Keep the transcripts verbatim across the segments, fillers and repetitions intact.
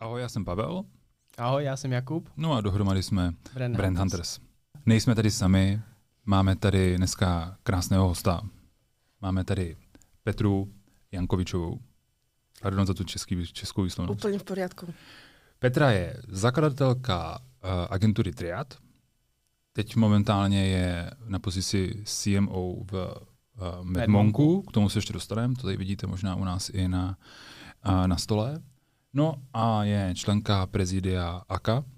Ahoj, já jsem Pavel. Ahoj, já jsem Jakub. No a dohromady jsme Brand, Brand Hunters. Nejsme tady sami, máme tady dneska krásného hosta. Máme tady Petru Jankovičovou. Pardon za tu český, českou výslovnost. Úplně v pořádku. Petra je zakladatelka uh, agentury Triad. Teď momentálně je na pozici C M O v uh, Medmonku. K tomu se ještě dostaneme, to tady vidíte možná u nás i na, uh, na stole. No a je členka prezidia A K A.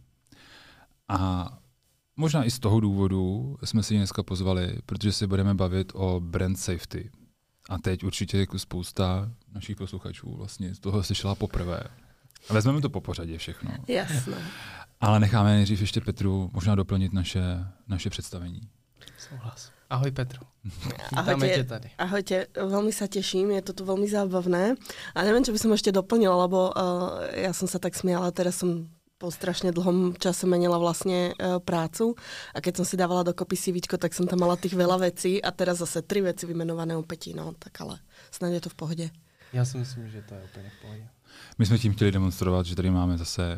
A možná i z toho důvodu jsme si ji dneska pozvali, protože si budeme bavit o brand safety. A teď určitě jako spousta našich posluchačů vlastně z toho slyšela poprvé. A vezmeme to po pořadě všechno. Jasné. Ale necháme nejdřív ještě Petru možná doplnit naše, naše představení. Souhlas. Ahoj Petru. Ahojte, tě tady. Ahojte, veľmi sa teším, je to tu veľmi zábavné. A neviem, čo by som ešte doplnila, lebo uh, ja som sa tak smiala, teraz som po strašne dlhom čase menila vlastne uh, prácu a keď som si dávala dokopy CVčko, tak som tam mala tých veľa vecí a teraz zase tri veci vymenované u Peti, no tak ale snad je to v pohodě. Já si myslím, že to je úplně v pohodě. My jsme tím chtěli demonstrovat, že tady máme zase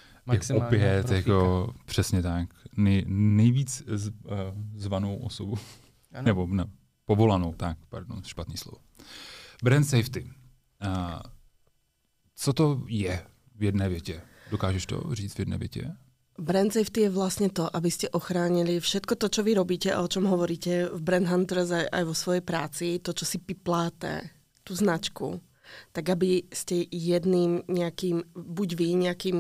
opět, jako přesně tak, nej, nejvíc z, uh, zvanou osobu. Ano. Nebo ne, povolanou, tak, pardon, špatný slovo. Brand safety. Uh, co to je v jedné větě? Dokážeš to říct v jedné větě? Brand safety je vlastne to, aby ste ochránili všetko to, čo vy robíte a o čom hovoríte v Brand Hunters aj, aj vo svojej práci, to, čo si pipláte, tú značku, tak aby ste jedným nejakým, buď vy nejakým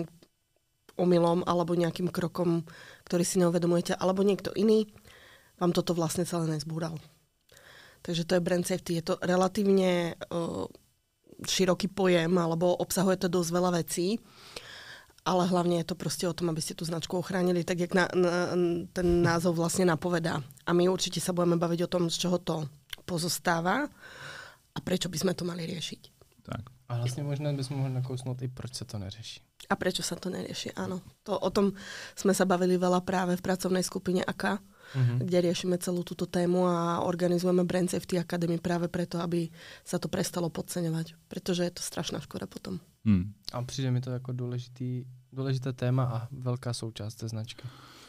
omylom alebo nejakým krokom, ktorý si neuvedomujete, alebo niekto iný, vám toto vlastne celé nezbúral. Takže to je brand safety. Je to relatívne uh, široký pojem, alebo obsahuje to dosť veľa vecí, ale hlavne je to prostě o tom, aby ste tú značku ochránili, tak jak na, na, ten názov vlastne napovedá. A my určite sa budeme baviť o tom, z čoho to pozostáva a prečo by sme to mali riešiť. Tak. A vlastně možná bychom mohli nakousnout i proč se to neřeší. A prečo sa to nerieši, áno. To, o tom sme sa bavili veľa práve v pracovnej skupine A K A, mm-hmm. kde riešime celú túto tému a organizujeme Brand Safety Academy práve preto, aby sa to prestalo podceňovať. Pretože je to strašná škoda potom. Hmm. A přijde mi to jako důležitý, důležité téma a velká součást té značky.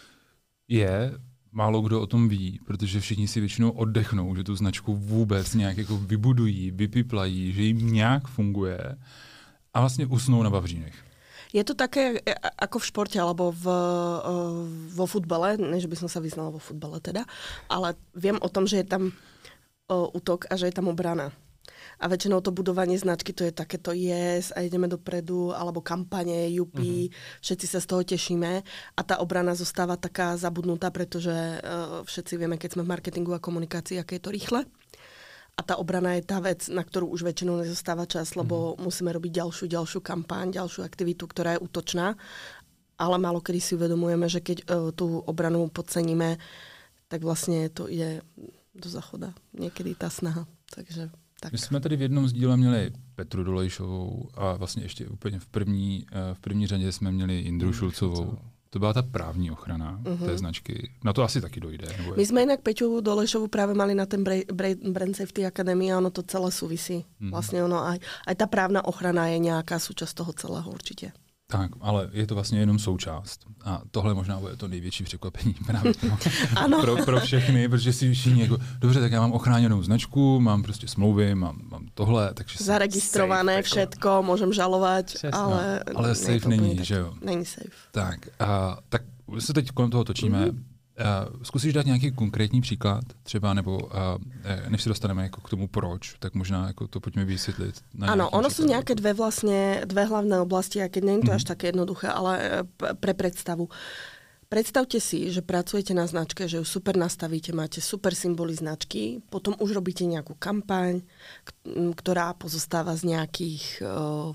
Je, málo kdo o tom ví, protože všichni si většinou oddechnou, že tu značku vůbec nějak jako vybudují, vypiplají, že jim nějak funguje a vlastně usnou na vavřínech. Je to také ako v športe alebo v, vo futbale, ne, že by som sa vyznala vo futbale teda, ale viem o tom, že je tam útok a že je tam obrana. A väčšinou to budovanie značky, to je takéto yes a ideme dopredu, alebo kampane, jupí, uh-huh. všetci sa z toho tešíme a tá obrana zostáva taká zabudnutá, pretože uh, všetci vieme, keď sme v marketingu a komunikácii, aké je to rýchle. A tá obrana je tá vec, na ktorú už väčšinou nezostáva čas, lebo mm-hmm. musíme robiť ďalšiu, ďalšiu kampaň, ďalšiu aktivitu, ktorá je útočná. Ale málo kedy si uvedomujeme, že keď uh, tú obranu podceníme, tak vlastne to ide do záchoda. Niekedy tá snaha. Takže tak. My jsme tady v jednom z díle měli Petru Dolejšovou a vlastně ještě úplně v první, uh, v první řadě jsme měli Jindru Šulcovou. To byla ta právní ochrana uh-huh. té značky. Na to asi taky dojde. Nebo My jsme jinak Peťu Dolejšovu právě mali na ten Brand Safety Academy a ono to celé souvisí. Uh-huh. Vlastně ono, aj, aj ta právna ochrana je nějaká součást toho celého určitě. Tak, ale je to vlastně jenom součást. A tohle možná bude to největší překvapení právě pro, pro, pro všechny, protože si všichni jako, dobře, tak já mám ochráněnou značku, mám prostě smlouvy, mám, mám tohle, takže zaregistrované safe, všetko, jako. Můžem žalovat, ale, no, ale safe není, že jo? Není safe. Tak, a, tak se teď kolem toho točíme. Mm-hmm. Uh, zkusíš dát nějaký konkrétní příklad třeba, nebo uh, než se dostaneme jako k tomu proč, tak možná jako to pojďme vysvětlit. Ano, ono jsou nějaké dvě vlastně, dvě hlavné oblasti, a keď není to mm. až také jednoduché, ale pre predstavu. Predstavte si, že pracujete na značke, že ju super nastavíte, máte super symboly značky, potom už robíte nějakou kampaň, která pozostáva z nějakých uh,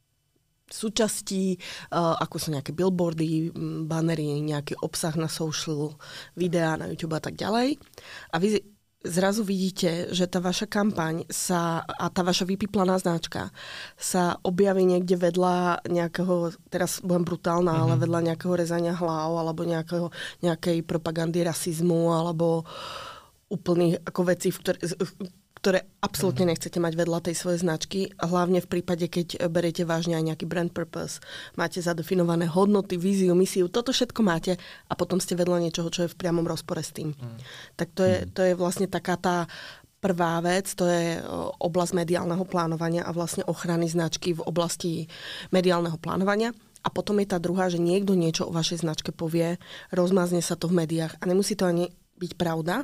súčastí, uh, ako sú nejaké billboardy, bannery, nejaký obsah na social, videá na YouTube a tak ďalej. A vy zrazu vidíte, že tá vaša kampaň sa, a tá vaša vypiplaná značka sa objaví niekde vedľa nejakého, teraz budem brutálna, mm-hmm. ale vedľa nejakého rezania hlav, alebo nejakého, nejakej propagandy rasizmu, alebo úplných ako vecí, v ktoré, ktoré absolútne nechcete mať vedľa tej svojej značky, a hlavne v prípade, keď beriete vážne aj nejaký brand purpose, máte zadefinované hodnoty, víziu, misiu, toto všetko máte a potom ste vedľa niečoho, čo je v priamom rozpore s tým. Mm. Tak to je, to je vlastne taká tá prvá vec, to je oblasť mediálneho plánovania a vlastne ochrany značky v oblasti mediálneho plánovania. A potom je tá druhá, že niekto niečo o vašej značke povie, rozmázne sa to v médiách a nemusí to ani byť pravda.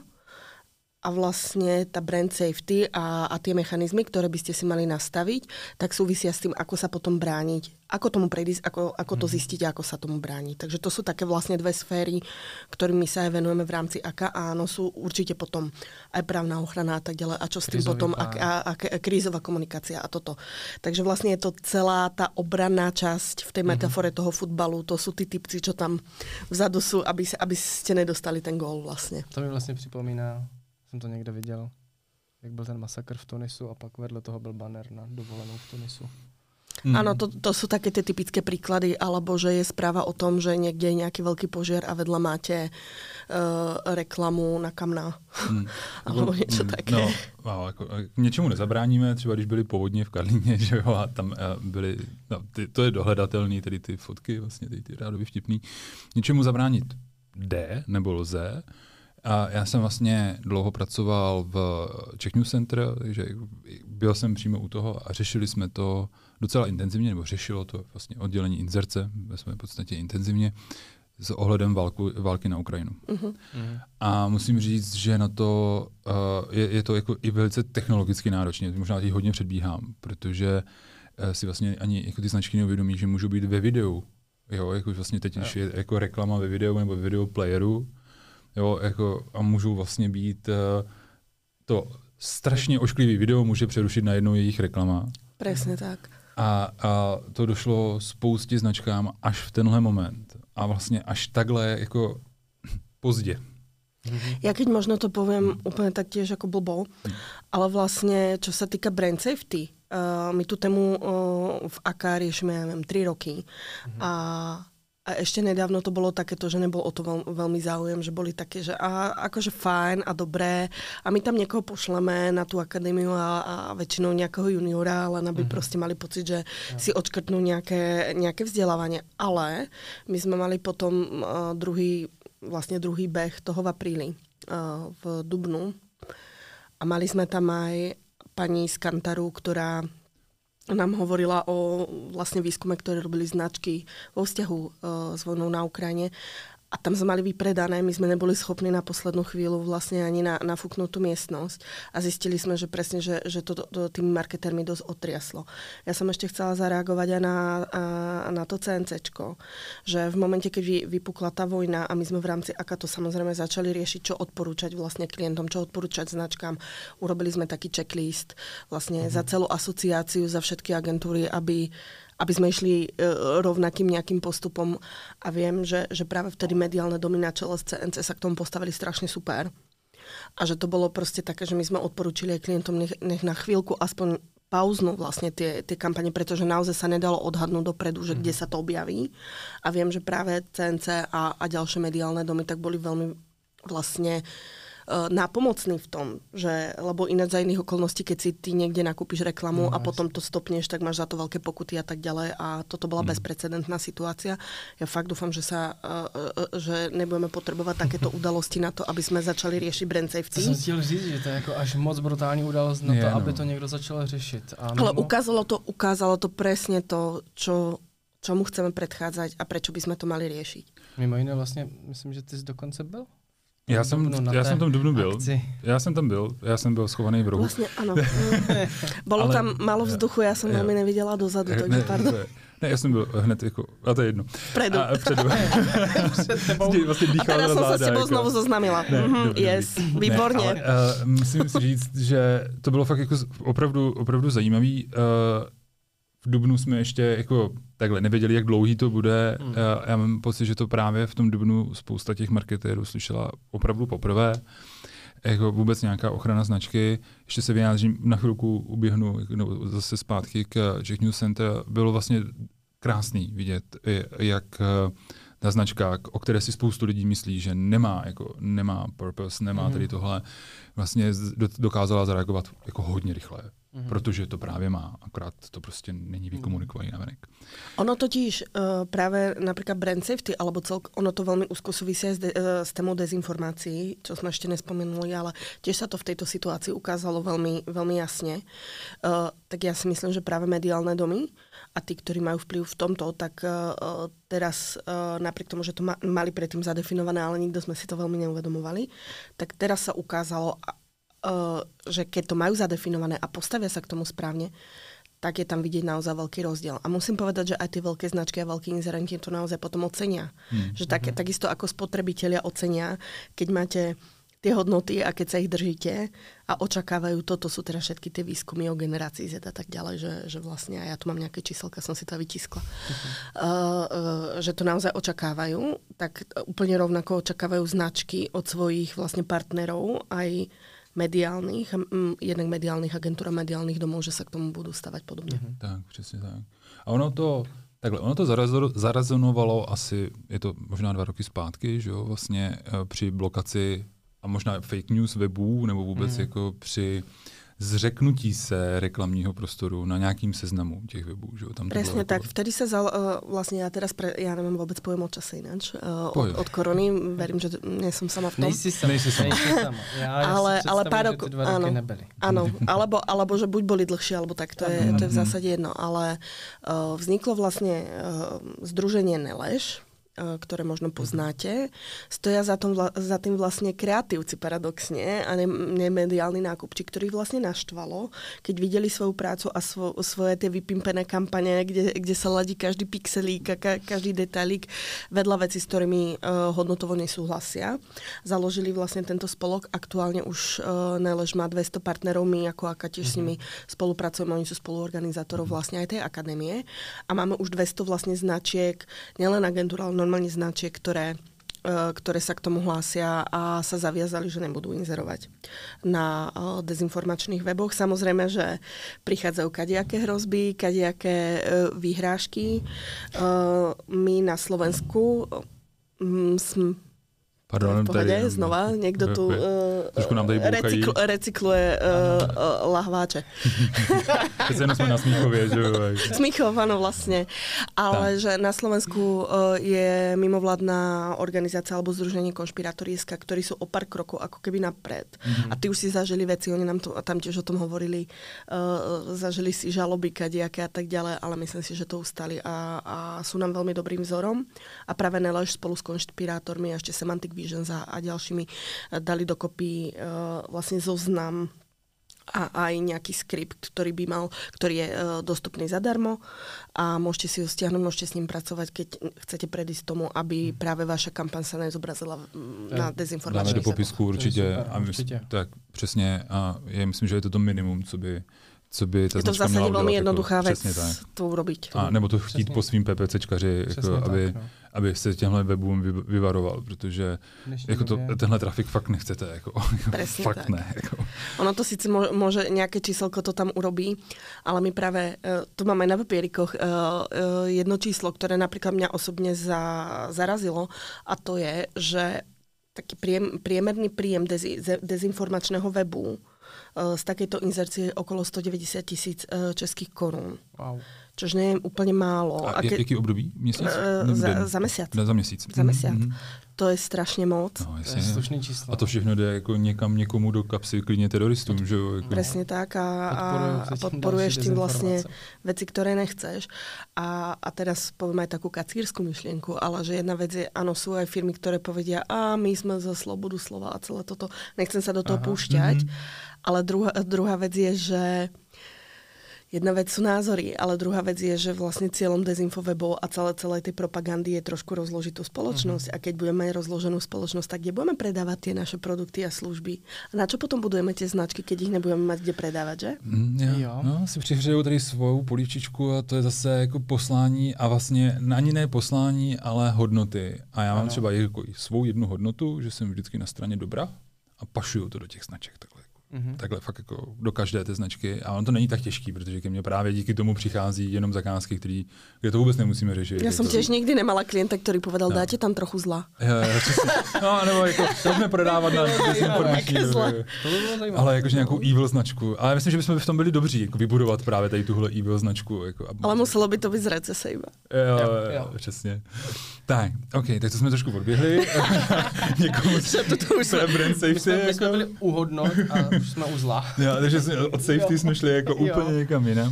A vlastne tá brand safety a, a tie mechanizmy, ktoré by ste si mali nastaviť, tak súvisia s tým, ako sa potom brániť, ako tomu predísť, ako, ako to zistiť a ako sa tomu brániť. Takže to sú také vlastne dve sféry, ktorými sa aj venujeme v rámci á ká á. Áno, sú určite potom aj právna ochrana a tak ďalej. A čo s tým potom, a, a, a, a krízová komunikácia a toto. Takže vlastne je to celá tá obranná časť v tej metafore toho futbalu. To sú tí typci, čo tam vzadu sú, aby, aby ste nedostali ten gól vlastne. To mi vlastne připomíná, jsem to někde viděl, jak byl ten masakr v Tunisu a pak vedle toho byl banner na dovolenou v Tunisu. Mm. Áno, to, to sú také tie typické príklady, alebo že je správa o tom, že niekde je nejaký veľký požiar a vedľa máte uh, reklamu na kamna. Mm. Alebo niečo mm, také. No, wow, jako, k něčemu nezabráníme, třeba když byli povodně v Karlíně, že jo, a tam uh, byly, no, ty, to je dohledatelný, tedy ty fotky, vlastně ty, ty rádoby vtipný. Něčemu zabránit jde, nebo lze. A já jsem vlastně dlouho pracoval v Czech News Center, takže byl jsem přímo u toho a řešili jsme to docela intenzivně, nebo řešilo to vlastně oddělení inzerce, ve své podstatě intenzivně, s ohledem válku, války na Ukrajinu. Uh-huh. A musím říct, že na to uh, je, je to jako i velice technologicky náročné, možná teď hodně předbíhám, protože uh, si vlastně ani jako ty značky neuvědomí, že můžou být ve videu. Jo, jako vlastně teď, když je jako reklama ve videu nebo ve videoplayeru, jo, jako, a můžou vlastně být uh, to strašně ošklivý video může přerušit najednou jejich reklama. Presne tak. A, a to došlo spoustě značkám až v tenhle moment. A vlastně až takhle jako pozdě. Ja keď možno to poviem úplne tak tiež ako blbo, ale vlastne, čo sa týka brand safety, uh, my tú tému uh, v á ká riešime, ja neviem, tri roky. Mm-hmm. A A ešte nedávno to bolo takéto, že nebol o to veľ, veľmi záujem, že boli také, že a, akože fajn a dobré a my tam niekoho pošleme na tú akadémiu a, a väčšinou nejakého juniora, len aby mm-hmm. proste mali pocit, že ja. si odškrtnú nejaké, nejaké vzdelávanie. Ale my sme mali potom uh, druhý, vlastne druhý beh toho v apríli uh, v Dubnu a mali sme tam aj pani z Kantaru, ktorá nám hovorila o vlastne výskume, ktoré robili značky vo vzťahu uh, s vojnou na Ukrajine. A tam sme mali vypredané, my sme neboli schopní na poslednú chvíľu vlastne ani na, nafúknúť tú miestnosť. A zistili sme, že presne, že, že to, to tým marketérmi dosť otriaslo. Ja som ešte chcela zareagovať aj na, a, na to CNCčko, že v momente, keď vy, vypukla tá vojna a my sme v rámci á ká to samozrejme začali riešiť, čo odporúčať vlastne klientom, čo odporúčať značkám. Urobili sme taký checklist vlastne mm-hmm. za celú asociáciu, za všetky agentúry, aby aby sme išli uh, rovnakým nejakým postupom. A viem, že, že práve vtedy mediálne domy na čele z cé en cé sa k tomu postavili strašne super. A že to bolo proste také, že my sme odporúčili aj klientom, nech, nech na chvíľku aspoň pauznú vlastne tie, tie kampane, pretože naozaj sa nedalo odhadnúť dopredu, že mm. kde sa to objaví. A viem, že práve cé en cé a, a ďalšie mediálne domy tak boli veľmi vlastne nápomocný v tom, že, lebo ináč za iných okolností, keď si ty niekde nakúpiš reklamu no, a potom to stopneš, tak máš za to veľké pokuty a tak ďalej a toto bola mm. bezprecedentná situácia. Ja fakt dúfam, že sa, uh, uh, že nebudeme potrebovať takéto udalosti na to, aby sme začali riešiť brand safety. To som chtěl říct, že to je jako až moc brutální událost na to, yeah, aby no. to niekto začal řešiť. A Ale mimo... ukázalo to, ukázalo to presne to, čo čomu chceme predchádzať a prečo by sme to mali riešiť. Mimo iné vlastně, myslím, že ty jsi dokonce byl? Já jsem, já jsem tam v Dubnu byl. Akci. Já jsem tam byl. Já jsem byl schovaný v rohu. Vlastně ano. Bolo ale, tam málo vzduchu, já jsem velmi neviděla dozadu, ne, takže pardon. Ne, ne, já jsem byl hned jako, a to je jedno. Predu. A, předu. vlastně a teraz jsem se s tebou jako. znovu zoznamila. Ne, mm-hmm, dobrý, yes, dobrý. Výborně. Ne, ale, uh, musím si říct, že to bylo fakt jako opravdu, opravdu zajímavý. Uh, V dubnu jsme ještě jako takhle nevěděli, jak dlouhý to bude. Mm. Já, já mám pocit, že to právě v tom dubnu spousta těch marketérů slyšela opravdu poprvé. Jako vůbec nějaká ochrana značky. Ještě se vyjádřím, na chvilku uběhnu no, zase zpátky k Czech News Center. Bylo vlastně krásný vidět, jak ta značka, o které si spoustu lidí myslí, že nemá, jako, nemá purpose, nemá mm-hmm. tady tohle, vlastně dokázala zareagovat jako hodně rychle. Mm-hmm. Protože to právě má, akorát to prostě není vykomunikovaný navenek. Ono totiž uh, práve napríklad brand safety, alebo celk, ono to veľmi úzko súvisí s, de, uh, s témou dezinformácií, čo sme ešte nespomenuli, ale tiež sa to v tejto situácii ukázalo veľmi, veľmi jasne. Uh, tak ja si myslím, že práve mediálne domy a tí, ktorí majú vplyv v tomto, tak uh, teraz uh, napriek tomu, že to ma, mali predtým zadefinované, ale nikto sme si to veľmi neuvedomovali, tak teraz sa ukázalo, Uh, že keď to majú zadefinované a postavia sa k tomu správne, tak je tam vidieť naozaj veľký rozdiel. A musím povedať, že aj tie veľké značky a veľkí inzerenti to naozaj potom ocenia. Hmm. Že tak, takisto ako spotrebitelia ocenia, keď máte tie hodnoty a keď sa ich držíte a očakávajú, toto sú teda všetky tie výskumy o generácii Z a tak ďalej, že, že vlastne, a ja tu mám nejaké číselka, som si to vytiskla, uh-huh. uh, uh, že to naozaj očakávajú, tak úplne rovnako očakávajú značky od svojich vlastne partnerov aj mediálnych, jednak mediálnych agentúr a mediálnych domov, že sa k tomu budú stavať podobne. Mm-hmm. Tak, přesně tak. A ono to, takhle, ono to zarazonovalo asi, je to možná dva roky zpátky, že jo, vlastně při blokaci a možná fake news webů, nebo vůbec mm. jako při zřeknutí se reklamního prostoru na nějakým seznamu těch webů. Že? Tam Presne tak. Jako... Vtedy sa zal, uh, vlastne ja teraz, pre, ja neviem vôbec pojem o čase ináč, uh, od, od korony, verím, že nie som sama v tom. Nejsi sama. Nejsi sama. Nejsi sama. Ja, ale, ja ale pár rokov, áno, áno, alebo, alebo že buď boli dlhšie, alebo tak, to je, to je v zásade jedno. Ale uh, vzniklo vlastne uh, združenie Neleš, ktoré možno poznáte. Stoja za, tom, za tým vlastne kreatívci paradoxne a ne, ne mediálni nákupči, ktorých vlastne naštvalo, keď videli svoju prácu a svo, svoje tie vypimpené kampane, kde, kde sa ladí každý pixelík a ka, každý detailík vedľa veci, s ktorými uh, hodnotovo nesúhlasia. Založili vlastne tento spolok. Aktuálne už uh, Neleš má dvesto partnerov, my ako Aka tiež mm-hmm. s nimi spolupracujeme, oni sú spoluorganizátorov vlastne aj tej akadémie a máme už dvesto vlastne značiek, nielen agentúr, ale normálne značiek, ktoré, uh, ktoré sa k tomu hlásia a sa zaviazali, že nebudú inzerovať na uh, dezinformačných weboch. Samozrejme, že prichádzajú kadejaké hrozby, kadejaké uh, výhrážky. Uh, my na Slovensku um, sm- Pardon, v pohode, tady, znova, niekto tu uh, recykl, recykluje uh, uh, lahváče. Teď jenom sme na Smíchovie, že jo? Smíchov, áno, vlastne. Ale tak. Že na Slovensku uh, je mimovládna organizácia alebo združenie Konšpiratoriska, ktorí sú o pár krokov ako keby napred. Mm-hmm. A ty už si zažili veci, oni nám to, tam tiež o tom hovorili, uh, zažili si žaloby kadejaké a tak ďalej, ale myslím si, že to ustali a, a sú nám veľmi dobrým vzorom. A práve Neleš spolu s konšpirátormi a ešte Semantic Visions a, a ďalšími dali dokopy uh, vlastne zoznam a aj nejaký skript, ktorý by mal, ktorý je uh, dostupný zadarmo a môžete si ho stiahnuť, môžete s ním pracovať, keď chcete predísť tomu, aby práve vaša kampaň sa nezobrazila na dezinformačných. Dáme do popisku určitě. A my, tak přesně. A já myslím, že je to to minimum, co by co by ta je to v zásadě velmi jednoduchá jako, věc to urobiť. A nebo to chtít přesně. Po svým PPCčkaři, jako, aby, tak, no. aby se těmhle webům vyvaroval, protože jako to, tenhle trafik fakt nechcete. Jako, fakt tak. Ne. Jako. Ono to sice môže, nejaké číselko to tam urobí, ale my práve, tu máme na papierikoch jedno číslo, ktoré napríklad mňa osobne za, zarazilo a to je, že taký priemerný príjem dezi, dezinformačného webu z takejto inzercie je okolo sto deväťdesiat tisíc českých korún. Wow. Což nie je úplne málo. A, a ke... jaký období? Měsíc? Uh, za, za mesiac. Za měsíc. Za mesiac. Mm-hmm. To je strašně moc. No, to je slušný číslo. A to všechno jde jako někam někomu do kapsy, klidně teroristům. Že? Jako... Presne tak. A, a podporuješ tým vlastne veci, ktoré nechceš. A, a teraz poviem aj takú kacírskú myšlienku, ale že jedna vec je, áno, sú aj firmy, ktoré povedia, a my sme za slobodu slova a celé toto. Nechcem sa do toho Aha. púšťať. Mm-hmm. Ale druhá, druhá vec je, že jedna vec sú názory, ale druhá vec je, že vlastne cieľom dezinfowebov a celé, celé tej propagandy je trošku rozložiť tú spoločnosť. Uh-huh. A keď budeme mať rozloženú spoločnosť, tak kde budeme predávať tie naše produkty a služby? A na čo potom budujeme tie značky, keď ich nebudeme mať kde predávať, že? Mm, jo. jo. No, si přihřejou tady svou políčičku a to je zase jako poslání a vlastně ani ne poslání, ale hodnoty. A já mám ano. třeba jako svou jednu hodnotu, že jsem vždycky na straně dobra a pašuju to do těch značek takhle. Mm-hmm. Takhle fakt jako do každé té značky. A on to není tak těžký, protože ke mně právě díky tomu přichází jenom zakázky, který, kde to vůbec nemusíme řešit. Já jsem to... těž nikdy nemala klienta, který povedal, no. dáte tam trochu zla. Jo, jo, no, nebo jako, pojďme prodávat na dezinformační. Ale jakože nějakou evil značku. Ale myslím, že bychom v tom byli dobří, jako vybudovat právě tady tuhle evil značku. Jako, aby... Ale muselo by to být z recese iba. Jo, jo, jo, přesně. Tak, OK, tak to jsme trošku odběhli. Někomu se brand safety. My jsme, my jsme byli u hodnot a už jsme u zla. Jo, takže jsme, od safety jo. jsme šli jako úplně jo. někam jinam.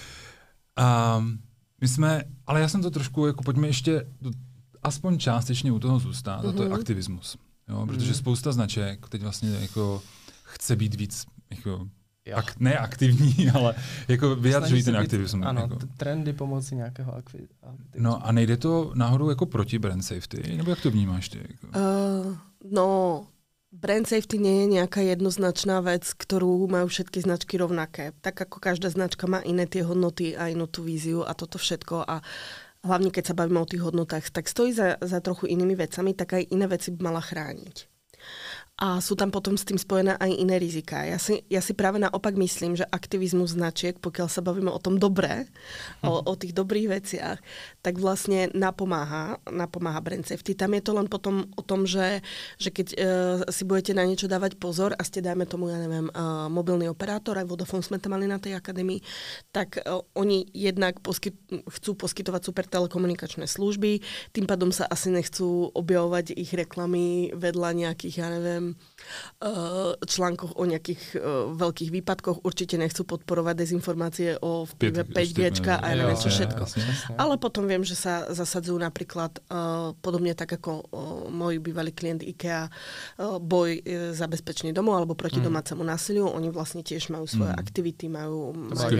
A my jsme, ale já jsem to trošku, jako pojďme ještě do, aspoň částečně u toho zůstat, mm-hmm. a to je aktivismus. Jo, protože mm. spousta značek teď vlastně jako chce být víc jako Ak, ne aktivní, ale jako vyjadřují ten aktivismus. Ano, jako. trendy pomocí nějakého aktivismu. No a nejde to náhodou jako proti brand safety? Nebo jak to vnímáš ty? Jako? Uh, no, brand safety nie je nejaká jednoznačná vec, ktorú majú všetky značky rovnaké. Tak ako každá značka má iné tie hodnoty a inú tú víziu a toto všetko. A hlavne keď sa bavíme o tých hodnotách, tak stojí za, za trochu inými vecami, tak aj iné veci by mala chrániť. A sú tam potom s tým spojené aj iné riziká. Ja si, ja si práve naopak myslím, že aktivizmus značiek, pokiaľ sa bavíme o tom dobré, hm. o, o tých dobrých veciach, tak vlastne napomáha, napomáha brand safety. Tam je to len potom o tom, že, že keď uh, si budete na niečo dávať pozor a ste, dajme tomu, ja neviem, uh, mobilný operátor, aj Vodafone sme tam mali na tej akadémii, tak uh, oni jednak poskyt, chcú poskytovať super telekomunikačné služby, tým pádom sa asi nechcú objavovať ich reklamy vedľa nejakých, ja neviem, článkoch o nejakých uh, veľkých výpadkoch. Určite nechcú podporovať dezinformácie o vplyve päť gé a ja neviem čo všetko. Ale potom viem, že sa zasadzujú napríklad uh, podobne tak ako uh, môj bývalý klient IKEA uh, boj uh, za bezpečný domov alebo proti mm. domácemu násiliu. Oni vlastne tiež majú svoje mm. aktivity, majú...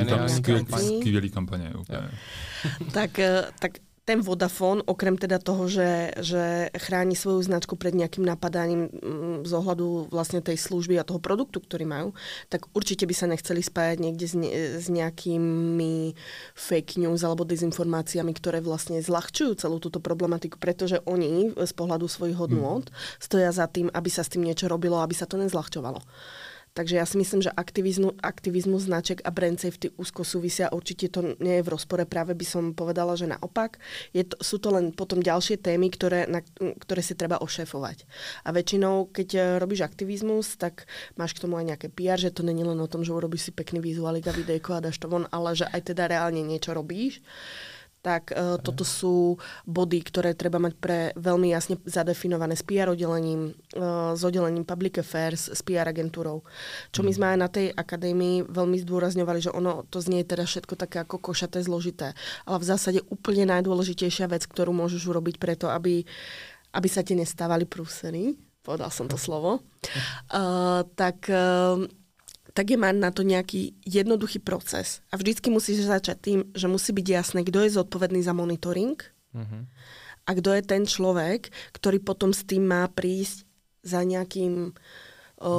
Skvělý kampaně. Tak, uh, tak ten Vodafone, okrem teda toho, že, že chráni svoju značku pred nejakým napadaním z ohľadu vlastne tej služby a toho produktu, ktorý majú, tak určite by sa nechceli spájať niekde s, ne, s nejakými fake news alebo dezinformáciami, ktoré vlastne zľahčujú celú túto problematiku, pretože oni z pohľadu svojich hodnôt hmm. stoja za tým, aby sa s tým niečo robilo, aby sa to nezľahčovalo. Takže ja si myslím, že aktivizmu, aktivizmus značek a brand safety úzko súvisia. Určite to nie je v rozpore, práve by som povedala, že naopak. Je to, sú to len potom ďalšie témy, ktoré, na, ktoré si treba ošéfovať. A väčšinou, keď robíš aktivizmus, tak máš k tomu aj nejaké pé er, že to není len o tom, že urobíš si pekný vizuálik a videjko a dáš to von, ale že aj teda reálne niečo robíš. Tak uh, toto sú body, ktoré treba mať pre veľmi jasne zadefinované s pé er oddelením, uh, s oddelením Public Affairs, s pé er agentúrou. Čo my sme aj na tej akadémii veľmi zdôrazňovali, že ono to znie teda všetko také ako košaté, zložité. Ale v zásade úplne najdôležitejšia vec, ktorú môžeš urobiť preto, aby, aby sa ti nestávali prúsery, povedal som to slovo, uh, tak... Uh, tak je mať na to nejaký jednoduchý proces. A vždycky musíš začať tým, že musí byť jasné, kto je zodpovedný za monitoring mm-hmm. a kto je ten človek, ktorý potom s tým má prísť za nejakým o,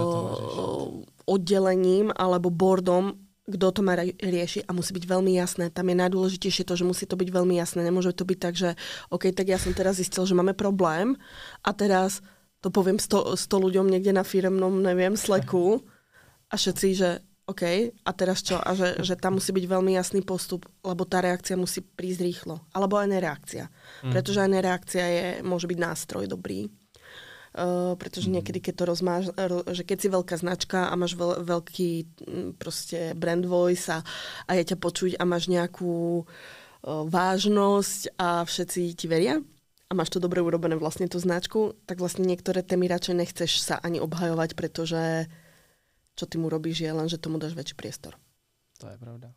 oddelením alebo boardom, kto to má riešiť a musí byť veľmi jasné. Tam je najdôležitejšie to, že musí to byť veľmi jasné. Nemôže to byť tak, že OK, tak ja som teraz zistil, že máme problém a teraz to poviem sto, sto ľuďom niekde na firemnom, neviem, Slacku. A všetci, že OK, a teraz čo? A že, že tam musí byť veľmi jasný postup, lebo tá reakcia musí prísť rýchlo. Alebo aj nereakcia. Mm. Pretože aj nereakcia je, môže byť nástroj dobrý. Uh, pretože mm. niekedy, keď to rozmáš, že keď si veľká značka a máš veľ, veľký proste brand voice a, a je ťa počuť a máš nejakú uh, vážnosť a všetci ti veria a máš to dobre urobené vlastne tú značku, tak vlastne niektoré témy radšej nechceš sa ani obhajovať, pretože čo ty mu robíš, je len, že tomu dáš väčší priestor. To je pravda.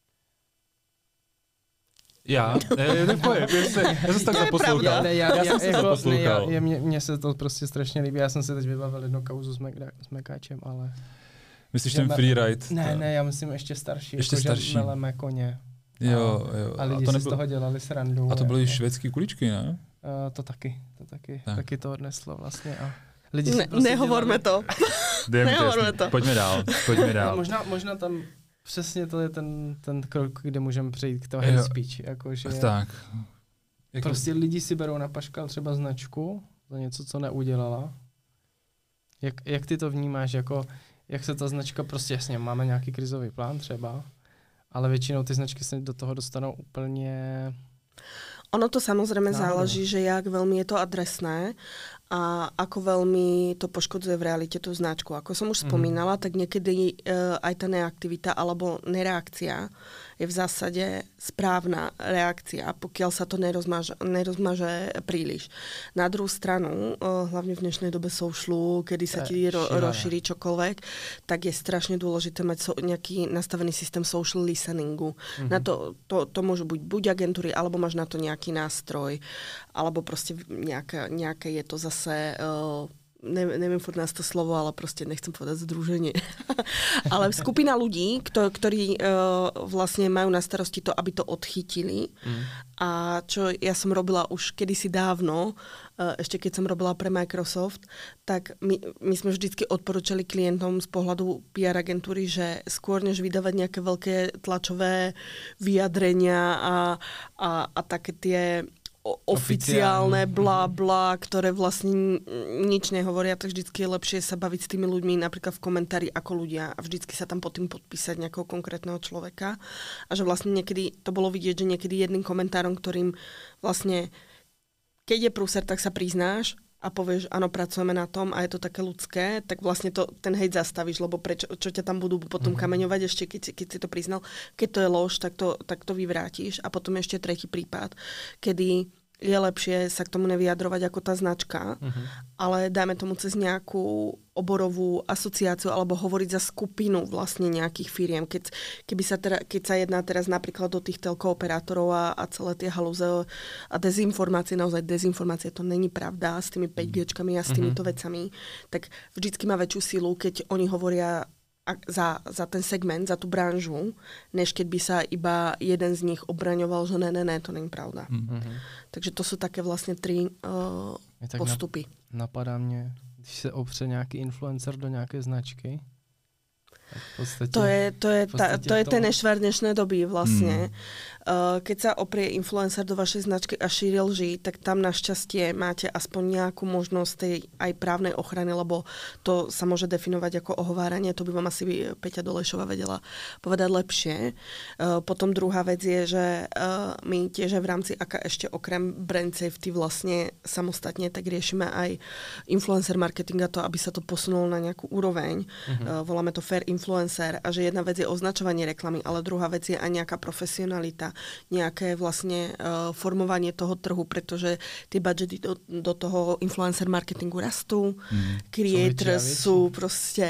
Já? Ne, nepojím, já jsem tak poslouchal. Ne, já, já, já jsem se poslouchal. Mně se to prostě strašně líbí. Já jsem si teď vybavil jednu kauzu s, Meka, s Mekáčem, ale... Myslíš ten freeride? Ne, ne, já myslím ještě starší. Ještě jako, starší. Že meleme koně. Jo, jo. A lidi a to nebyl... si z toho dělali srandu. A to byly jako... švédský kuličky, ne? Uh, to taky, to taky. Tak. Taky to odneslo vlastně a... Lidi ne, prostě nehovorme dělali... to. Nehovorme to. Pojďme dál, pojďme dál. možná, možná tam přesně to je ten, ten krok, kde můžeme přejít k toho hate speech. Jako, že tak. Jako... Prostě lidi si berou na paškal třeba značku za něco, co neudělala. Jak, jak ty to vnímáš? Jako, jak se ta značka, prostě jasně, máme nějaký krizový plán třeba, ale většinou ty značky se do toho dostanou úplně... Ono to samozrejme Náhodou. záleží, že jak veľmi je to adresné a ako veľmi to poškodzuje v realite tú značku. Ako som už spomínala, tak niekedy uh, aj tá neaktivita alebo nereakcia je v zásade správna reakcia, pokiaľ sa to nerozmaže, nerozmaže príliš. Na druhú stranu, uh, hlavne v dnešnej dobe socialu, kedy sa ti ro- rozšíri čokoľvek, tak je strašne dôležité mať so, nejaký nastavený systém social listeningu. Mm-hmm. Na to, to, to môžu byť buď agentúry, alebo máš na to nejaký nástroj, alebo proste nejaké, nejaké je to zase Uh, ne, neviem furt nás to slovo, ale proste nechcem povedať združenie. Ale skupina ľudí, kto, ktorí uh, vlastne majú na starosti to, aby to odchytili. Mm. A čo ja som robila už kedysi dávno, uh, ešte keď som robila pre Microsoft, tak my, my sme vždycky odporúčali klientom z pohľadu pé er agentúry, že skôr než vydávať nejaké veľké tlačové vyjadrenia a, a, a také tie oficiálne bla bla, ktoré vlastne nič nehovoria, tak vždycky je lepšie sa baviť s tými ľuďmi napríklad v komentári ako ľudia a vždycky sa tam pod tým podpísať nejakého konkrétneho človeka. A že vlastne niekedy, to bolo vidieť, že niekedy jedným komentárom, ktorým vlastne keď je prúser, tak sa priznáš a povieš, áno, pracujeme na tom a je to také ľudské, tak vlastne to, ten hejt zastavíš, lebo prečo, čo ťa tam budú potom mm-hmm. kameňovať ešte, keď si, keď si to priznal. Keď to je lož, tak to, tak to vyvrátiš. A potom ešte tretí prípad, kedy je lepšie sa k tomu nevyjadrovať ako tá značka, mm-hmm. ale dajme tomu cez nejakú oborovú asociáciu alebo hovoriť za skupinu vlastne nejakých firiem. Keď, keby sa teda, keď sa jedná teraz napríklad do tých telkooperátorov a, a celé tie halúze a dezinformácie, naozaj dezinformácie, to není pravda s tými päť géčkami a s týmito mm-hmm. vecami, tak vždycky má väčšiu silu, keď oni hovoria Za, za ten segment, za tú branžu, než keď by sa iba jeden z nich obraňoval, že ne, ne, ne, to není pravda. Mm-hmm. Takže to sú také vlastne tri uh, postupy. Napadá mě, když se opře nějaký influencer do nějaké značky, v podstatě, to je, to je, ta, to je to... ten nešvar dnešnej doby vlastne. Mm. Uh, keď sa oprie influencer do vašej značky a šíri lži, tak tam našťastie máte aspoň nejakú možnosť tej aj právnej ochrany, lebo to sa môže definovať ako ohováranie. To by vám asi Peťa Dolejšová vedela povedať lepšie. Uh, potom druhá vec je, že uh, my tiež v rámci á ká ešte okrem brand safety vlastne samostatne tak riešime aj influencer marketing a to, aby sa to posunulo na nejakú úroveň. Mm-hmm. Uh, voláme to fair influencer a že jedna vec je označovanie reklamy, ale druhá vec je aj nejaká profesionalita, nejaké vlastne uh, formovanie toho trhu, pretože tie budžety do, do toho influencer marketingu rastú, mm. creators sú proste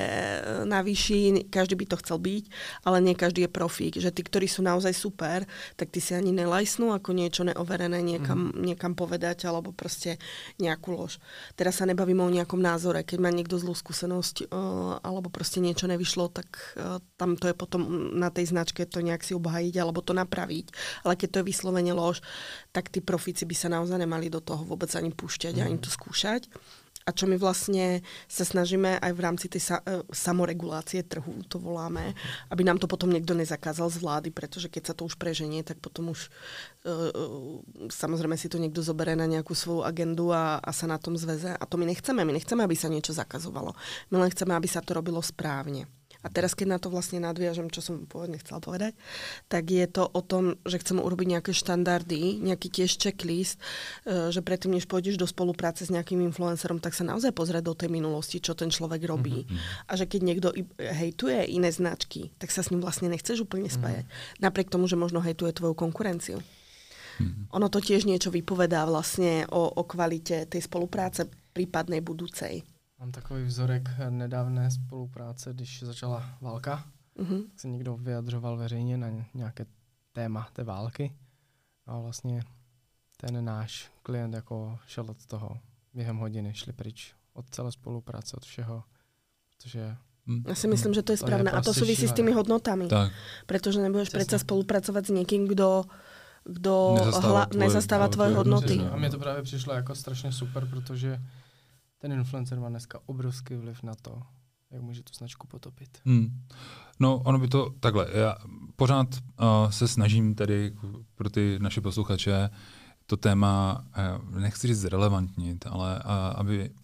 na výši, každý by to chcel byť, ale nie každý je profík, že tí, ktorí sú naozaj super, tak tí si ani nelajsnú ako niečo neoverené niekam, mm. niekam povedať, alebo proste nejakú lož. Teraz sa nebavíme o nejakom názore, keď má niekto zlú skúsenosť uh, alebo proste niečo nevyšlo, tak uh, tam to je potom na tej značke to nejak si obhajiť alebo to napraviť. Ale keď to je vyslovene lož, tak tí profíci by sa naozaj nemali do toho vôbec ani púšťať, mm. ani to skúšať. A čo my vlastne sa snažíme aj v rámci tej sa, e, samoregulácie trhu, to voláme, aby nám to potom niekto nezakázal z vlády, pretože keď sa to už preženie, tak potom už e, e, samozrejme si to niekto zoberie na nejakú svoju agendu a, a sa na tom zveze. A to my nechceme. My nechceme, aby sa niečo zakazovalo. My len chceme, aby sa to robilo správne. A teraz, keď na to vlastne nadviažem, čo som pôvodne chcela povedať, tak je to o tom, že chceme urobiť nejaké štandardy, nejaký tiež checklist, že predtým, než pôjdeš do spolupráce s nejakým influencerom, tak sa naozaj pozrieť do tej minulosti, čo ten človek robí. Mm-hmm. A že keď niekto hejtuje iné značky, tak sa s ním vlastne nechceš úplne spájať. Mm-hmm. Napriek tomu, že možno hejtuje tvoju konkurenciu. Mm-hmm. Ono to tiež niečo vypovedá vlastne o, o kvalite tej spolupráce prípadnej budúcej. Mám takový vzorek nedávné spolupráce, když začala válka, mm-hmm. tak se někdo vyjadřoval veřejně na nějaké téma té války a vlastně ten náš klient jako šel od toho během hodiny, šli pryč od celé spolupráce, od všeho, protože... Ja si myslím, že to je správne a to súvisí s tými hodnotami, tak. Pretože nebudeš predsa spolupracovať s niekým, kdo kdo nezastáva, hla, tvoje, nezastáva tvoje hodnoty. A mně to právě přišlo jako strašně super, protože ten influencer má dneska obrovský vliv na to, jak může tu značku potopit. Hmm. No, ono by to takhle. Já pořád uh, se snažím tady pro ty naše posluchače to téma, uh, nechci říct zrelevantnit, ale uh, aby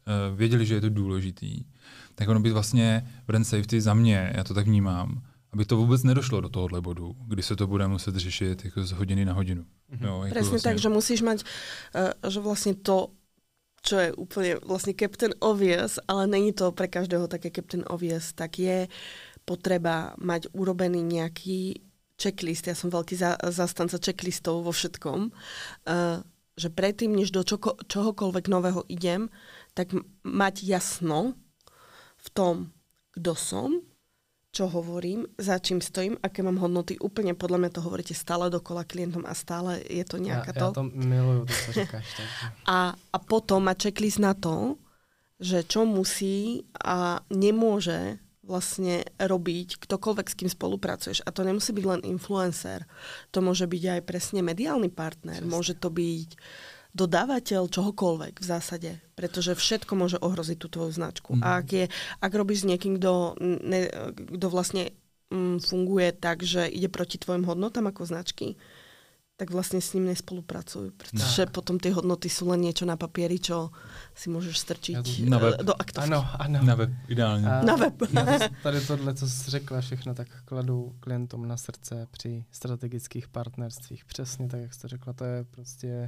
uh, věděli, že je to důležitý, tak ono by vlastně brand safety za mě, já to tak vnímám, aby to vůbec nedošlo do tohohle bodu, kdy se to bude muset řešit jako z hodiny na hodinu. Mm-hmm. Jo, jako Presne vlastně... tak, že musíš mať, uh, že vlastne to, čo je úplne vlastne Captain Obvious, ale není to pre každého také Captain Obvious, tak je potreba mať urobený nejaký checklist. Ja som veľký za, zastanca checklistov vo všetkom. Uh, že predtým, než do čoko, čohokoľvek nového idem, tak m- mať jasno v tom, kto som, čo hovorím, za čím stojím, aké mám hodnoty. Úplne podľa mňa to hovoríte stále dokola klientom a stále je to nejaká ja, to. Ja to miluju, to, co říkáš. a, a potom mať checklist na to, že čo musí a nemôže vlastne robiť ktokoľvek, s kým spolupracuješ. A to nemusí byť len influencer. To môže byť aj presne mediálny partner. Časne. Môže to byť dodávateľ čohokoľvek v zásade. Pretože všetko môže ohroziť tú tvoju značku. Mm. A ak, je, ak robíš s niekým, kto, ne, kto vlastne mm, funguje tak, že ide proti tvojim hodnotám ako značky, tak vlastne s ním nespolupracujú. Pretože tak. Potom tie hodnoty sú len niečo na papieri, čo si môžeš strčiť na web. do aktovky. Ano, ano. Na web, ideálně. A na web. Tady tohle, co jsi řekla všechno, tak kladu klientům na srdce při strategických partnerstvích. Přesně tak, jak jsi to řekla, to je prostě...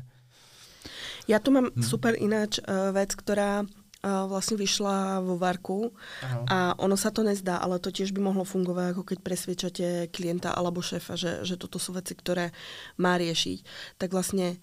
Ja tu mám hmm. super ináč uh, vec, ktorá uh, vlastne vyšla vo Varku. Aha. A ono sa to nezdá, ale to tiež by mohlo fungovať, ako keď presviečate klienta alebo šéfa, že, že toto sú veci, ktoré má riešiť. Tak vlastne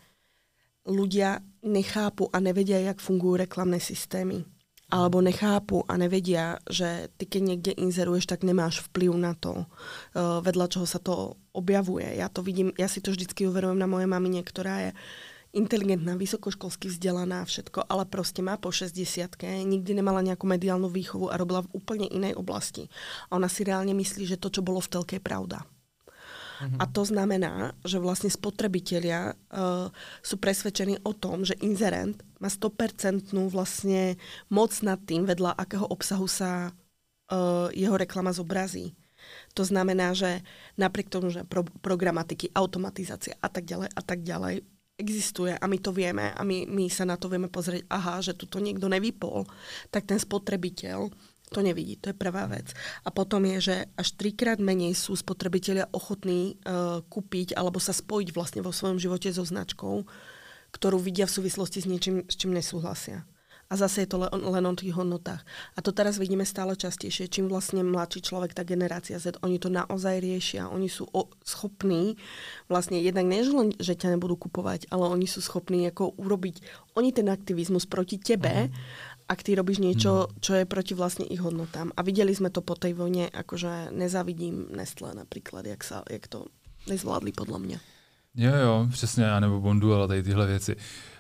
ľudia nechápu a nevedia, jak fungujú reklamné systémy. Alebo nechápu a nevedia, že ty keď niekde inzeruješ, tak nemáš vplyv na to, uh, vedľa čoho sa to objavuje. Ja to vidím, ja si to vždycky uverujem na mojej mamine, ktorá je inteligentná, vysokoškolsky vzdelaná, všetko, ale proste má po šesťdesiatke, nikdy nemala nejakú mediálnu výchovu a robila v úplne inej oblasti. A ona si reálne myslí, že to, čo bolo v telke, je pravda. Mhm. A to znamená, že vlastne spotrebitelia uh, sú presvedčení o tom, že inzerent má sto percent vlastne moc nad tým, vedľa akého obsahu sa uh, jeho reklama zobrazí. To znamená, že napriek tomu, že pro, programatiky, automatizácia a tak ďalej a tak ďalej existuje a my to vieme a my, my sa na to vieme pozrieť, aha, že tu to niekto nevypol, tak ten spotrebiteľ to nevidí. To je prvá vec. A potom je, že až trikrát menej sú spotrebitelia ochotní uh, kúpiť alebo sa spojiť vlastne vo svojom živote so značkou, ktorú vidia v súvislosti s niečím, s čím nesúhlasia. A zase je to len, len o tých hodnotách. A to teraz vidíme stále častejšie. Čím vlastne mladší človek, tá generácia Z, oni to naozaj riešia. Oni sú o, schopní, vlastne jednak nie, že ťa nebudú kupovať, ale oni sú schopní ako urobiť, oni ten aktivizmus proti tebe, mm. ak ty robíš niečo, čo je proti vlastne ich hodnotám. A videli sme to po tej vojne, akože nezavidím Nestlé napríklad, jak, sa, jak to nezvládli podľa mňa. Jo, jo, přesně, anebo Bondu, ale tady tyhle věci.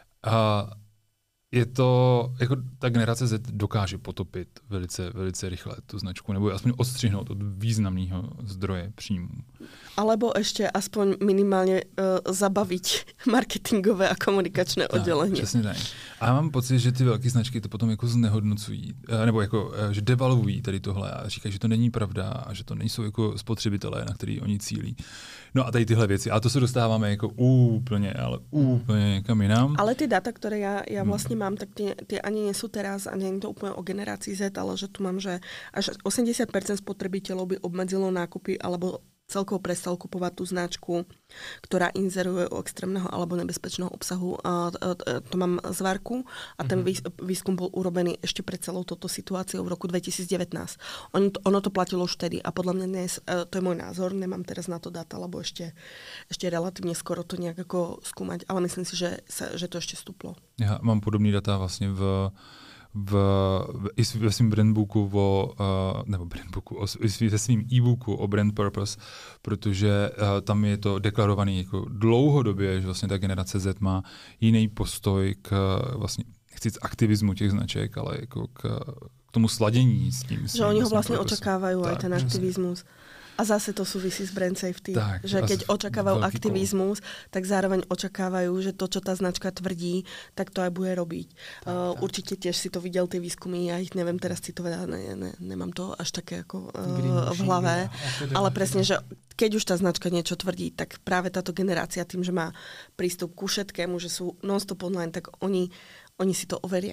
A je to, jako ta generace Z dokáže potopit velice, velice rychle tu značku, nebo aspoň odstřihnout od významného zdroje příjmů. Alebo ešte aspoň minimálně uh, zabaviť marketingové a komunikačné tak, oddělení. Přesně tak. A já mám pocit, že ty velké značky to potom jako znehodnocují, nebo jako, že devalvují tady tohle a říkají, že to není pravda a že to nejsou jako spotřebitelé, na který oni cílí. No a tady tyhle věci. A to se dostáváme jako úplně, ale úplně někam jinam. Ale ty data, které já, já vlastně mám, tak ty, ty ani nie sú teraz, a nie je to úplně o generácii Z, ale že tu mám, že až osemdesiat percent spotrebiteľov by obmedzilo nákupy alebo celkovo prestal kupovať tú značku, ktorá inzeruje o extrémneho alebo nebezpečného obsahu. A to mám z Varku a ten výskum bol urobený ešte pred celou touto situáciou v roku dvetisíc devätnásť. Ono to, ono to platilo už vtedy a podľa mňa dnes, to je môj názor, nemám teraz na to data, lebo ešte, ešte relatívne skoro to nejak ako skúmať, ale myslím si, že, sa, že to ešte stúplo. Ja mám podobný data vlastne v v, i ve svým brandbooku o, uh, nebo brandbooku, o, i ve svým e-booku o brand purpose, protože uh, tam je to deklarovaný jako dlouhodobě, že vlastně ta generace Z má jiný postoj k vlastně, nechci říct aktivismu těch značek, ale jako k, k tomu sladění s tím. Že oni ho vlastně očakávajú aj ten aktivismus. A zase to súvisí s brand safety, tak, že keď očakávajú aktivizmus, kol. tak zároveň očakávajú, že to, čo tá značka tvrdí, tak to aj bude robiť. Tak, uh, tak. Určite tiež si to videl, tie výskumy, ja ich neviem teraz citovať, ne, ne, nemám to až také ako uh, v hlave, ale presne, že keď už tá značka niečo tvrdí, tak práve táto generácia tým, že má prístup ku všetkému, že sú non-stop online, tak oni, oni si to overia.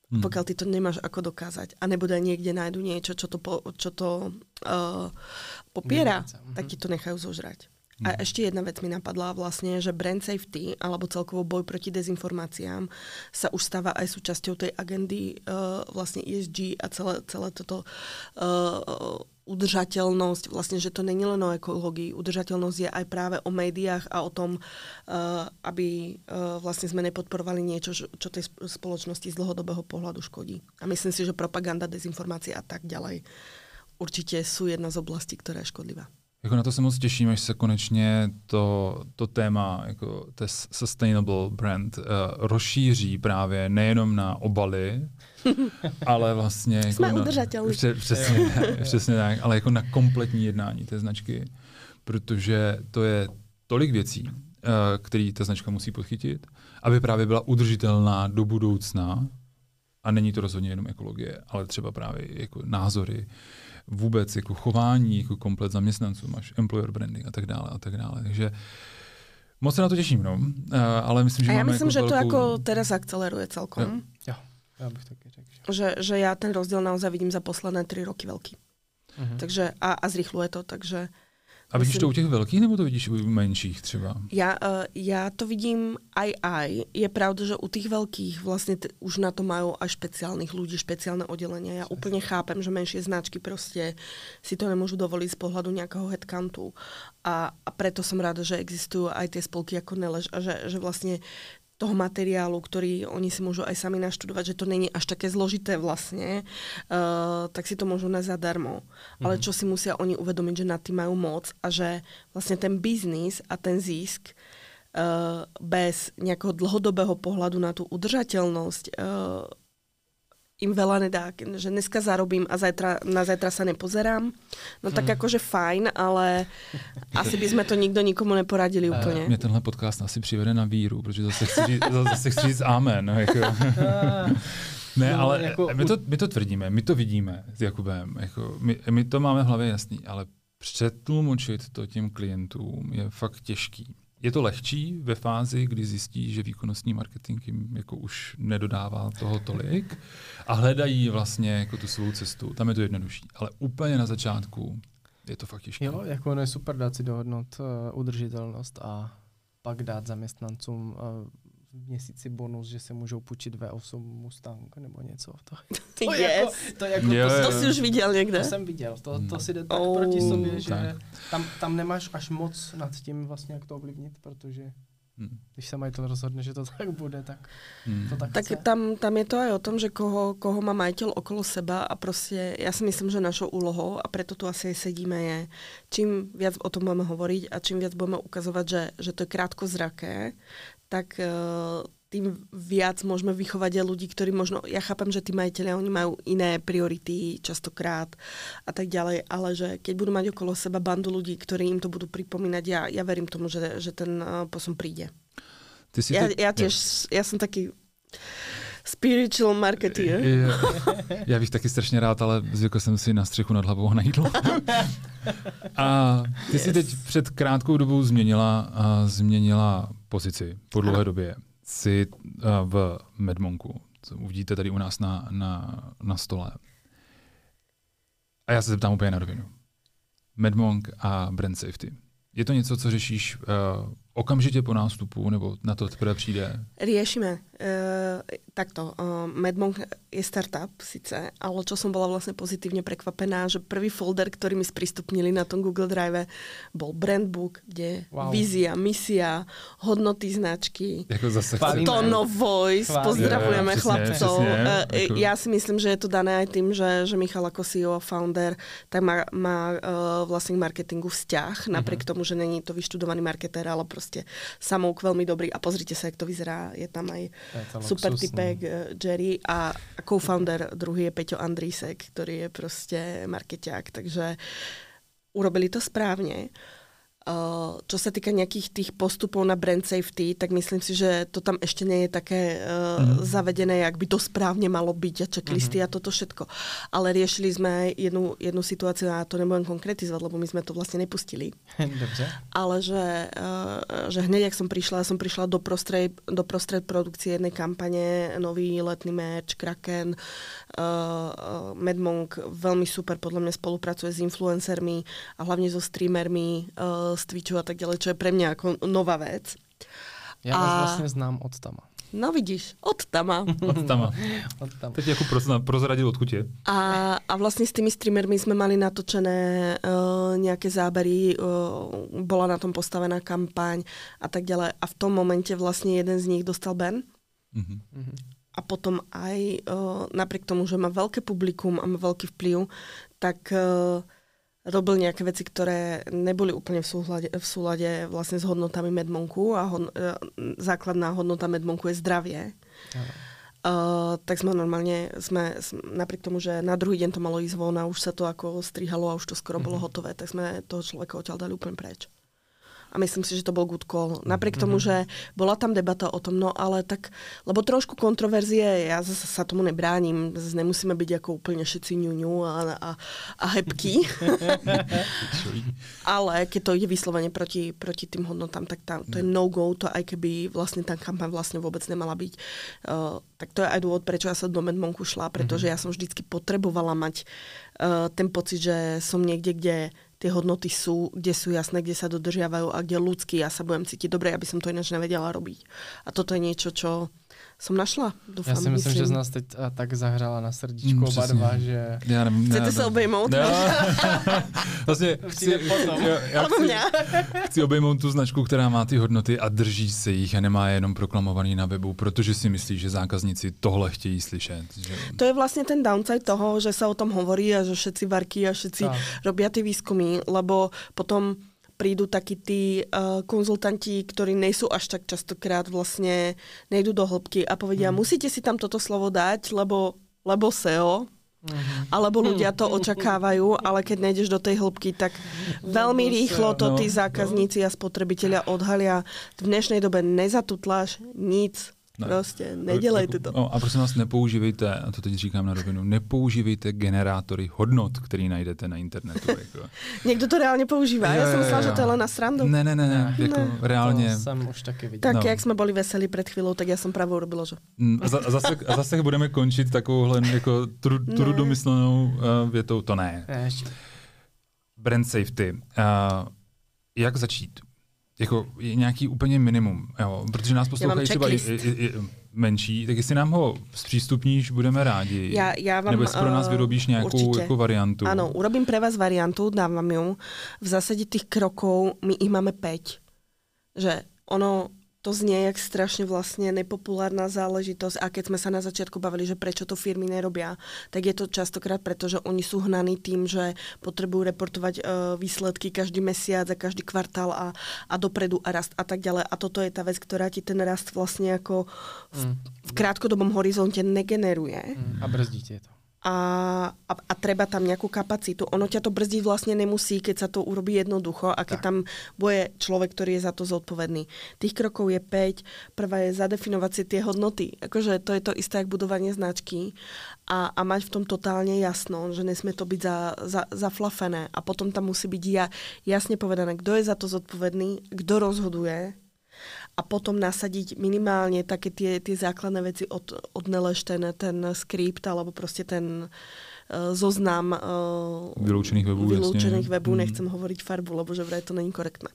Hmm. Pokiaľ ty to nemáš ako dokázať a nebude niekde nájdu niečo, čo to, po, čo to uh, popiera, mm-hmm. tak ti to nechajú zožrať. Mm-hmm. A ešte jedna vec mi napadla vlastne, že brand safety alebo celkovo boj proti dezinformáciám sa už stáva aj súčasťou tej agendy uh, vlastne E S G a celé, celé toto uh, udržateľnosť, vlastne, že to není len o ekológii. Udržateľnosť je aj práve o médiách a o tom, uh, aby uh, vlastne sme nepodporovali niečo, čo tej spoločnosti z dlhodobého pohľadu škodí. A myslím si, že propaganda, dezinformácie a tak ďalej určitě sú jedna z oblastí, která je škodlivá. Jako na to se moc těším, až se konečně to, to téma, jako to sustainable brand, uh, rozšíří právě nejenom na obaly, ale vlastně... Jako jsme udržatelní. Přesně, přesně tak, ale jako na kompletní jednání té značky, protože to je tolik věcí, uh, které ta značka musí podchytit, aby právě byla udržitelná do budoucna. A není to rozhodně jenom ekologie, ale třeba právě jako názory, vůbec jako chování, jako komplet zaměstnanců, máš employer branding a tak dále a tak dále. Takže moc se na to těším, no. Uh, ale myslím, že a já máme myslím, jako že velkou... to jako teraz akceleruje celkom. Jo, jo. Já bych taky řekl. Že... Že, že já ten rozdíl naozaj vidím za posledné tři roky velký. Uh-huh. Takže a, a zrychluje to, takže... A vidíš to u těch velkých, nebo to vidíš u menších třeba? Já, uh, já to vidím aj aj. Je pravda, že u těch velkých vlastně t- už na to mají až špeciálnych ľudí, špeciálne oddelenia. Já úplně chápem, že menšie značky prostě si to nemůžu dovolit z pohľadu nějakého headcountu. A, a preto som ráda, že existují aj tie spolky jako Nelež a že, že vlastně toho materiálu, ktorý oni si môžu aj sami naštudovať, že to není až také zložité vlastne, uh, tak si to môžu na zadarmo. Mm. Ale čo si musia oni uvedomiť, že nad tým majú moc a že vlastne ten biznis a ten zisk uh, bez nejakého dlhodobého pohľadu na tú udržateľnosť uh, im veľa nedá, že dneska zarobím a zajtra, na zajtra sa nepozerám. No tak hmm. akože fajn, ale asi by sme to nikdo nikomu neporadili úplně. Mě tenhle podcast asi přivede na víru, protože zase chci říct, zase chci říct amen. No, jako. Ne, no, ale jako... my, to, my to tvrdíme, my to vidíme s Jakubem. Jako, my, my to máme v hlavě jasný, ale přetlumočit to těm klientům je fakt těžký. Je to lehčí ve fázi, kdy zjistí, že výkonnostní marketing jim jako už nedodává toho tolik a hledají vlastně jako tu svou cestu. Tam je to jednodušší. Ale úplně na začátku je to fakt těžké. Jo, jako ono je super dát si dohodnout uh, udržitelnost a pak dát zaměstnancům uh, v měsíci bonus, že se můžou půjčit V osm Mustang nebo něco. To, to, yes. jako, to, jako, jo, to, jo. to jsi už viděl někde? To jsem viděl. To, to si jde tak oh, proti sobě, že tam, tam nemáš až moc nad tím vlastně, jak to ovlivnit, protože hmm. když se majitel rozhodne, že to tak bude, tak hmm. to tak Tak chce. tam, tam je to aj o tom, že koho, koho má majitel okolo seba a prostě já si myslím, že našou úlohou a preto tu asi sedíme je, čím viac o tom budeme hovoriť a čím viac budeme ukazovat, že, že to je krátkozraké, tak uh, tým viac môžeme vychovať aj ľudí, ktorí možno, ja chápem, že tí majiteľia, oni majú iné priority častokrát a tak ďalej, ale že keď budú mať okolo seba bandu ľudí, ktorí im to budú pripomínať, ja, ja verím tomu, že, že ten uh, posun príde. Ty si ja, teď... ja tiež, ja som taký spiritual marketeer. Já, já bych taky strašně rád, ale zvykl jsem si na střechu nad hlavou na jídlo. A ty yes. si teď před krátkou dobou změnila, uh, změnila pozici po dlouhé době. Jsi uh, v Medmonku, co uvidíte tady u nás na, na, na stole. A já se zeptám úplně na rovinu. Medmonk a brand safety. Je to něco, co řešíš uh, okamžitě po nástupu, nebo na to teprve přijde? Riešime. Uh, takto. Uh, Medmonk je startup síce, ale čo som bola vlastne pozitívne prekvapená, že prvý folder, ktorý mi sprístupnili na tom Google Drive, bol brandbook, kde wow. vízia, misia, hodnoty značky, jako zase tone of voice, Chválíme. Pozdravujeme ja, chlapcov. Přesně, uh, jako... Ja si myslím, že je to dané aj tým, že, že Michal ako C E O a founder tak má, má uh, vlastne k marketingu vzťah, napriek uh-huh. tomu, že není to vyštudovaný marketér, ale prostě samouk veľmi dobrý. A pozrite sa, jak to vyzerá. Je tam aj je super luxus, typek uh, Jerry a co-founder druhý je Peťo Andrísek, ktorý je prostě markeťák. Takže urobili to správně. Uh, čo sa týka nejakých tých postupov na brand safety, tak myslím si, že to tam ešte nie je také uh, mm. zavedené, jak by to správne malo byť a checklisty mm-hmm. a toto všetko. Ale riešili sme aj jednu, jednu situáciu, a to nebudem konkretizovať, lebo my sme to vlastne nepustili. Dobře. Ale že, uh, že hneď, jak som prišla, som prišla do prostred, do prostred produkcie jednej kampane, nový letný merch, Kraken, uh, uh, Mad Monk, veľmi super, podľa mňa spolupracuje s influencermi a hlavne so streamermi uh, z Twitchu a tak ďalej, čo je pre mňa ako nová vec. Ja a... vás vlastne znám od Tama. No vidíš, od Tama. Od Tama. Od Tama. Teď ako prozradil, odkud je. A, a vlastne s tými streamermi sme mali natočené uh, nejaké zábery, uh, bola na tom postavená kampaň a tak ďalej. A v tom momente vlastne jeden z nich dostal ban. Mm-hmm. A potom aj uh, napriek tomu, že má veľké publikum a má veľký vplyv, tak uh, robil nejaké veci, ktoré neboli úplne v súlade, v súlade vlastne s hodnotami Mad Monku a hon, základná hodnota Mad Monku je zdravie. Uh, tak sme normálne, sme, napriek tomu, že na druhý deň to malo ísť von a už sa to ako strihalo a už to skoro mm-hmm. bolo hotové, tak sme toho človeka odtiaľ dali úplne preč. A myslím si, že to bol good call. Napriek tomu, že bola tam debata o tom, no ale tak, lebo trošku kontroverzie, ja zase sa tomu nebránim, zase nemusíme byť ako úplne všetci ňuňu a, a, a hebky. Ale keď to ide vyslovene proti, proti tým hodnotám, tak tam, to je no-go, to aj keby vlastne tá kampaň vlastne vôbec nemala byť. Uh, tak to je aj dôvod, prečo ja sa do Mad Monku šla, pretože ja som vždycky potrebovala mať uh, ten pocit, že som niekde, kde tie hodnoty sú, kde sú jasné, kde sa dodržiavajú a kde ľudský ja sa budem cítiť dobre, aby som to ináč nevedela robiť. A toto je niečo, čo som našla. Dúfam, ja si myslím, myslím, že z nás teď tak zahrala na srdíčko mm, oba dva, že... Ja ne, ne, Chcete ne, sa obejmout? Ne, vlastně chci, já, já chci, chci obejmout tu značku, která má ty hodnoty a drží se jich a nemá je jenom proklamovaný na webu, protože si myslí, že zákazníci tohle chtějí slyšet. Že... To je vlastne ten downside toho, že sa o tom hovorí a že všetci varky a všetci tak robia tie výskumy, lebo potom prídu takí tí uh, konzultanti, ktorí nejsú až tak častokrát vlastne, nejdú do hĺbky a povedia, mm. musíte si tam toto slovo dať, lebo, lebo S E O, mm. alebo ľudia to očakávajú, ale keď nejdeš do tej hĺbky, tak veľmi rýchlo to tí zákazníci a spotrebitelia odhalia. V dnešnej dobe nezatutláš nic. Ne. Prostě, nedělejte to. No, a prosím vás, nepoužívejte, a to teď říkám na rovinu, nepoužívejte generátory hodnot, který najdete na internetu. Jako. Někdo to reálně používá, já jsem myslela, že to je len na srandu. Ne, ne, ne, ne, jako ne. reálně. To jsem už taky viděl. Tak no. jak jsme byli veselí před chvílou, tak já jsem právě urobila, že? A, za, a, zase, a zase budeme končit takovouhle jako trudomyslenou uh, větou, to ne. ne Brand safety. Uh, jak začít? Jako je nějaký úplně minimum, jo, protože nás poslouchají třeba i, i, i menší, tak jestli nám ho zpřístupníš, budeme rádi. Já, já vám, nebo jestli pro nás vyrobíš nějakou jako variantu. Ano, urobím pre vás variantu, dávám ju. V zásade tých krokov, my ich máme päť. Že ono, to znie jak strašne vlastne nepopulárna záležitosť a keď sme sa na začiatku bavili, že prečo to firmy nerobia, tak je to častokrát preto, že oni sú hnaní tým, že potrebujú reportovať uh, výsledky každý mesiac a každý kvartál a, a dopredu a rast a tak ďalej. A toto je tá vec, ktorá ti ten rast vlastne ako v, mm. v krátkodobom horizonte negeneruje. Mm. A brzdí ti to. A, a, a treba tam nejakú kapacitu. Ono ťa to brzdiť vlastne nemusí, keď sa to urobí jednoducho a keď tak. Tam bude človek, ktorý je za to zodpovedný. Tých krokov je päť. Prvá je zadefinovať si tie hodnoty. Akože to je to isté, jak budovanie značky a, a mať v tom totálne jasno, že nesmie to byť za, za, zaflafené. A potom tam musí byť ja, jasne povedané, kto je za to zodpovedný, kto rozhoduje. A potom nasadiť minimálne také tie, tie základné veci od, odnelež ten, ten skript alebo proste ten uh, zoznam uh, vyloučených webů. Vyloučených webů, mm. nechcem hovoriť farbu, lebo že vraj to není korektné.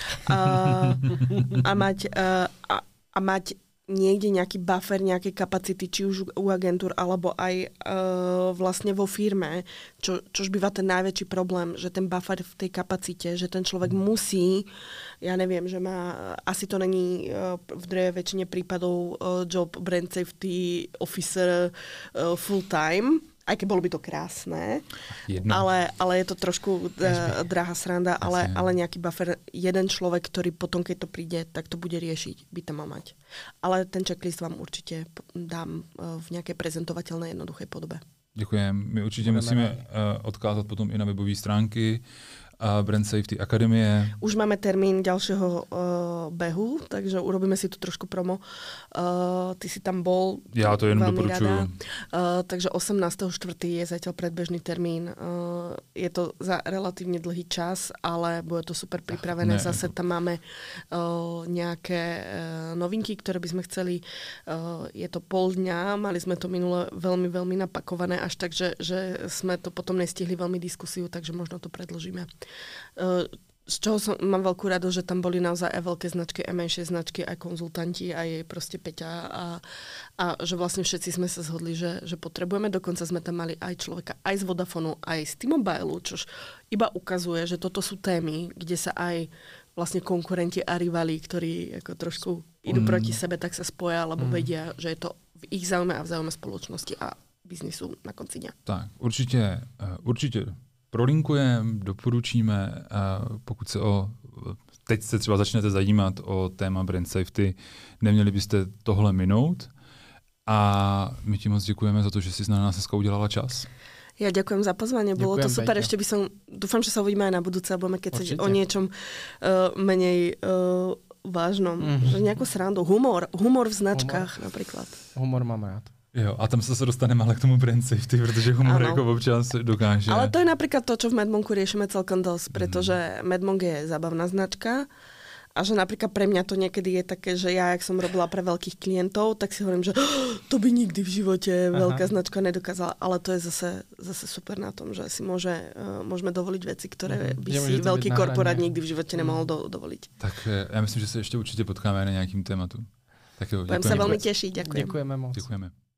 Uh, a, mať, uh, a, a mať niekde nejaký buffer, nejaké kapacity, či už u agentúr, alebo aj uh, vlastne vo firme, čo, čož býva ten najväčší problém, že ten buffer v tej kapacite, že ten človek musí, ja neviem, že má, asi to není uh, v dreve väčšine prípadov uh, job brand safety officer uh, full time, aj keď bolo by to krásne, ale, ale je to trošku uh, drahá sranda, ale, ale nejaký buffer, jeden človek, ktorý potom, keď to príde, tak to bude riešiť, by tam mal mať. Ale ten checklist vám určite dám uh, v nejakej prezentovateľnej jednoduchej podobe. Děkujem. My určitě Budeme musíme uh, odkázat potom i na webové stránky a Brand Safety Akademie. Už máme termín ďalšieho uh, behu, takže urobíme si tu trošku promo. Uh, ty si tam bol. Ja to jen doporučuju. Uh, takže osemnásteho štvrtého je zatiaľ predbežný termín. Uh, je to za relatívne dlhý čas, ale bude to super pripravené. Ach, Zase tam máme uh, nejaké uh, novinky, ktoré by sme chceli. Uh, je to pol dňa, mali sme to minule veľmi, veľmi napakované, až tak, že, že sme to potom nestihli veľmi diskusiu, takže možno to predložíme. Z čoho som, mám veľkú radosť, že tam boli naozaj aj veľké značky, aj menšie značky, aj konzultanti, aj proste Peťa a, a že vlastne všetci sme sa zhodli, že, že potrebujeme. Dokonca sme tam mali aj človeka aj z Vodafonu, aj z T-Mobile, čož iba ukazuje, že toto sú témy, kde sa aj vlastne konkurenti a rivali, ktorí ako trošku idú mm. proti sebe, tak sa spoja, lebo mm. vedia, že je to v ich záujme a v záujme spoločnosti a biznisu na konci dňa. Tak, určitě, určitě prolinkujeme, doporučíme, pokud se o, teď se třeba začnete zajímat o téma brand safety, neměli byste tohle minout a my ti moc děkujeme za to, že jsi na nás dneska udělala čas. Ja ďakujem za pozvanie, bolo ďakujem, to super. Peťa. Ešte by som, dúfam, že sa uvidíme aj na budúce, a budeme kecať o niečom uh, menej uh, vážnom. Mm-hmm. Že nejakú srandu. Humor. Humor v značkách humor. Napríklad. Humor mám rád. Jo, a tam se zase dostaneme ale k tomu brand safety, protože humor ano. jako občas dokáže. Ale to je napríklad to, čo v Medmonku riešime celkom dosť, pretože mm. Medmonk je zábavná značka a že napríklad pre mňa to niekedy je také, že ja, jak som robila pre veľkých klientov, tak si hovorím, že oh, to by nikdy v živote veľká Aha. značka nedokázala, ale to je zase, zase super na tom, že si môže, uh, môžeme dovoliť veci, ktoré by si veľký korporát nikdy v živote nemohol do, dovoliť. Tak já myslím, že se ještě určitě potkáme na nějakým tématu. Tak jo, budem sa veľmi tešiť, ďakujem. Ďakujeme moc. Děkujeme.